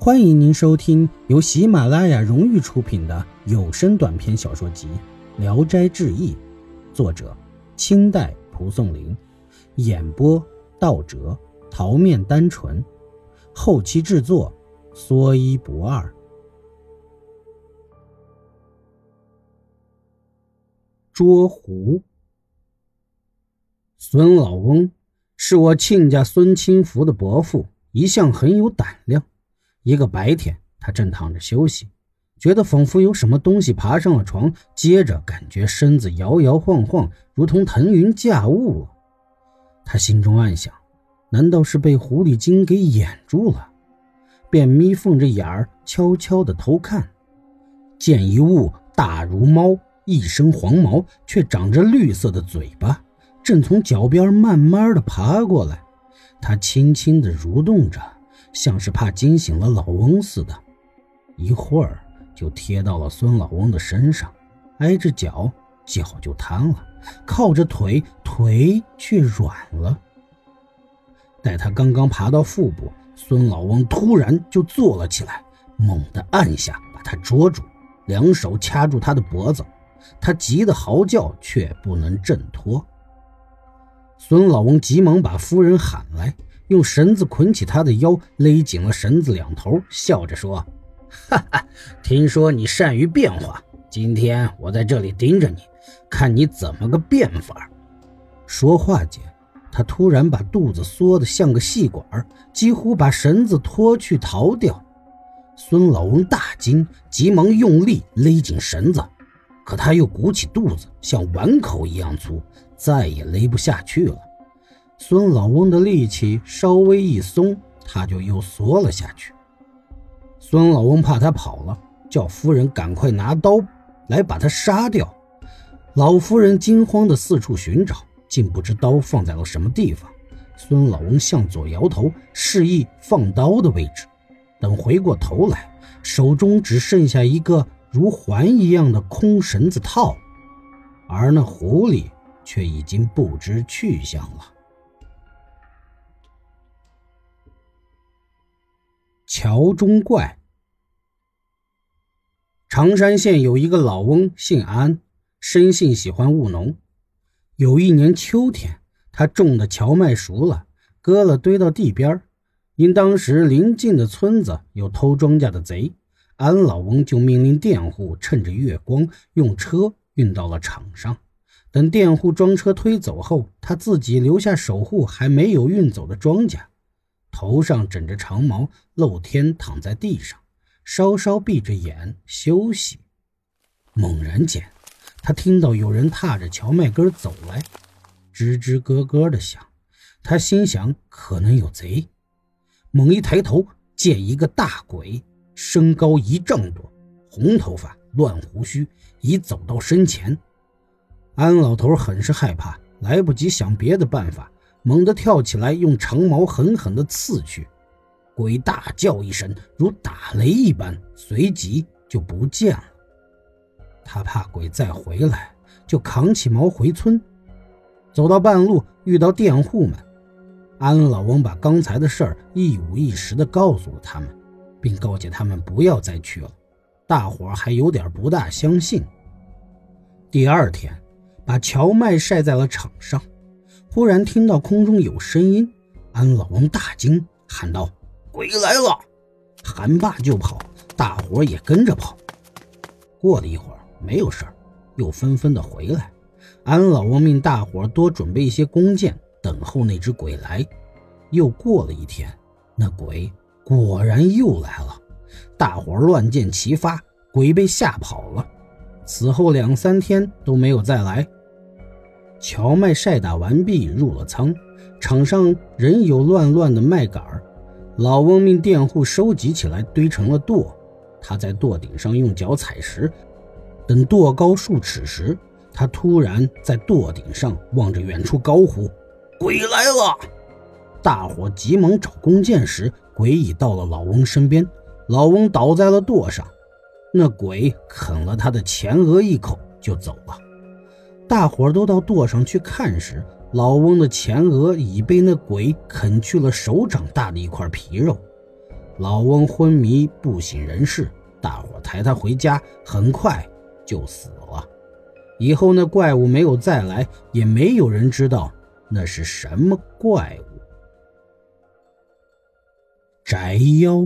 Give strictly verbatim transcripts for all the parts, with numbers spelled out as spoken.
欢迎您收听由喜马拉雅荣誉出品的有声短篇小说集《聊斋志异》，作者清代蒲松龄，演播道哲、桃面单纯，后期制作说一不二。捉狐。孙老翁是我亲家孙清福的伯父，一向很有胆量。一个白天，他正躺着休息，觉得仿佛有什么东西爬上了床，接着感觉身子摇摇晃晃，如同腾云驾雾了。他心中暗想，难道是被狐狸精给掩住了？便眯缝着眼儿悄悄地偷看，见一物大如猫，一身黄毛，却长着绿色的嘴巴，正从脚边慢慢地爬过来。他轻轻地蠕动着，像是怕惊醒了老翁似的，一会儿就贴到了孙老翁的身上，挨着脚，脚就瘫了，靠着腿，腿却软了。待他刚刚爬到腹部，孙老翁突然就坐了起来，猛地按下把他捉住，两手掐住他的脖子，他急得嚎叫，却不能挣脱。孙老翁急忙把夫人喊来，用绳子捆起他的腰，勒紧了绳子两头，笑着说：哈哈，听说你善于变化，今天我在这里盯着你，看你怎么个变法。说话间，他突然把肚子缩得像个细管，几乎把绳子拖去逃掉。孙老翁大惊，急忙用力勒紧绳子，可他又鼓起肚子，像碗口一样粗，再也勒不下去了。孙老翁的力气稍微一松，他就又缩了下去。孙老翁怕他跑了，叫夫人赶快拿刀来把他杀掉。老夫人惊慌地四处寻找，竟不知刀放在了什么地方。孙老翁向左摇头，示意放刀的位置。等回过头来，手中只剩下一个如环一样的空绳子套，而那狐狸却已经不知去向了。桥中怪。常山县有一个老翁姓安，生性喜欢务农。有一年秋天，他种的荞麦熟了，割了堆到地边。因当时邻近的村子有偷庄稼的贼，安老翁就命令佃户趁着月光用车运到了场上。等佃户装车推走后，他自己留下守护还没有运走的庄稼，头上枕着长毛，露天躺在地上，稍稍闭着眼休息。猛然间，他听到有人踏着荞麦根走来，吱吱咯咯地响。他心想可能有贼，猛一抬头，见一个大鬼，身高一丈多，红头发，乱胡须，已走到身前。安老头很是害怕，来不及想别的办法，猛地跳起来，用长矛狠狠地刺去。鬼大叫一声，如打雷一般，随即就不见了。他怕鬼再回来，就扛起矛回村。走到半路，遇到佃户们，安老翁把刚才的事儿一五一十地告诉了他们，并告诫他们不要再去了。大伙儿还有点不大相信。第二天，把荞麦晒在了场上，忽然听到空中有声音，安老翁大惊，喊道：鬼来了！喊罢就跑，大伙儿也跟着跑。过了一会儿没有事儿，又纷纷的回来。安老翁命大伙儿多准备一些弓箭，等候那只鬼来。又过了一天，那鬼果然又来了，大伙儿乱箭齐发，鬼被吓跑了。此后两三天都没有再来。荞麦晒打完毕，入了仓，场上仍有乱乱的麦秆。老翁命佃户收集起来，堆成了垛。他在垛顶上用脚踩实，等垛高数尺时，他突然在垛顶上望着远处高呼：鬼来了！大伙急忙找弓箭时，鬼已到了老翁身边，老翁倒在了垛上。那鬼啃了他的前额一口就走了。大伙都到垛上去看时，老翁的前额已被那鬼啃去了手掌大的一块皮肉。 老翁昏迷不省人事，大伙抬他回家，很快就死了。以后那怪物没有再来，也没有人知道那是什么怪物。宅妖。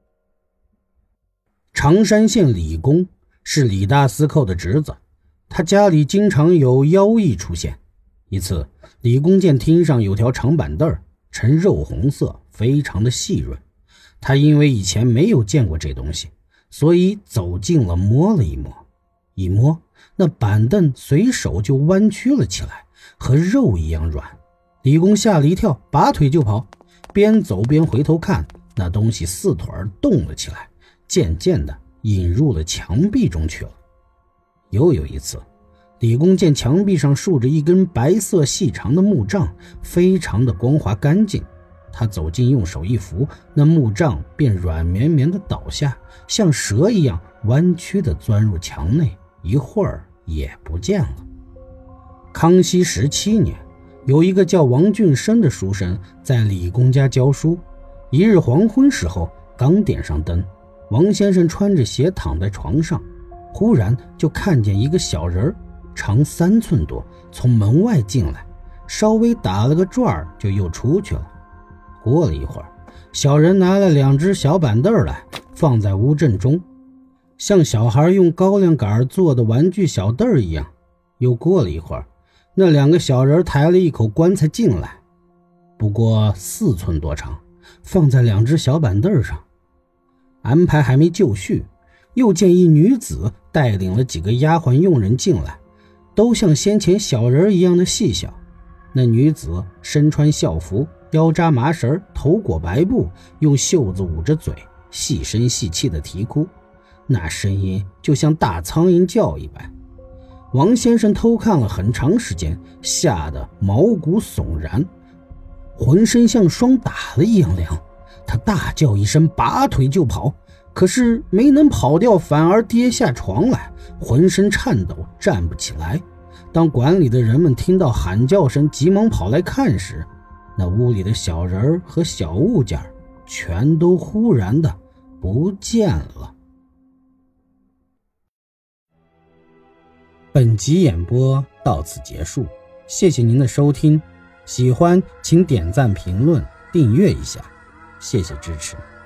常山县李公是李大司寇的侄子，他家里经常有妖异出现。一次，李公见厅上有条长板凳，呈肉红色，非常的细润。他因为以前没有见过这东西，所以走近了摸了一摸。一摸，那板凳随手就弯曲了起来，和肉一样软。李公吓了一跳，拔腿就跑，边走边回头看，那东西四腿动了起来，渐渐的引入了墙壁中去了。又有一次，李公见墙壁上竖着一根白色细长的木杖，非常的光滑干净。他走近用手一扶，那木杖便软绵绵的倒下，像蛇一样弯曲的钻入墙内，一会儿也不见了。康熙十七年，有一个叫王俊生的书生在李公家教书。一日黄昏时候，刚点上灯，王先生穿着鞋躺在床上，忽然就看见一个小人，长三寸多，从门外进来，稍微打了个转就又出去了。过了一会儿，小人拿了两只小板凳来，放在屋正中，像小孩用高粱杆做的玩具小凳一样。又过了一会儿，那两个小人抬了一口棺材进来，不过四寸多长，放在两只小板凳上。安排还没就绪，又见一女子带领了几个丫鬟佣人进来，都像先前小人一样的细小。那女子身穿校服，腰扎麻绳，头裹白布，用袖子捂着嘴，细声细气的啼哭，那声音就像大苍蝇叫一般。王先生偷看了很长时间，吓得毛骨悚然，浑身像霜打了一样凉。他大叫一声，拔腿就跑，可是没能跑掉，反而跌下床来，浑身颤抖，站不起来。当馆里的人们听到喊叫声，急忙跑来看时，那屋里的小人和小物件全都忽然的不见了。本集演播到此结束，谢谢您的收听，喜欢请点赞评论订阅一下，谢谢支持。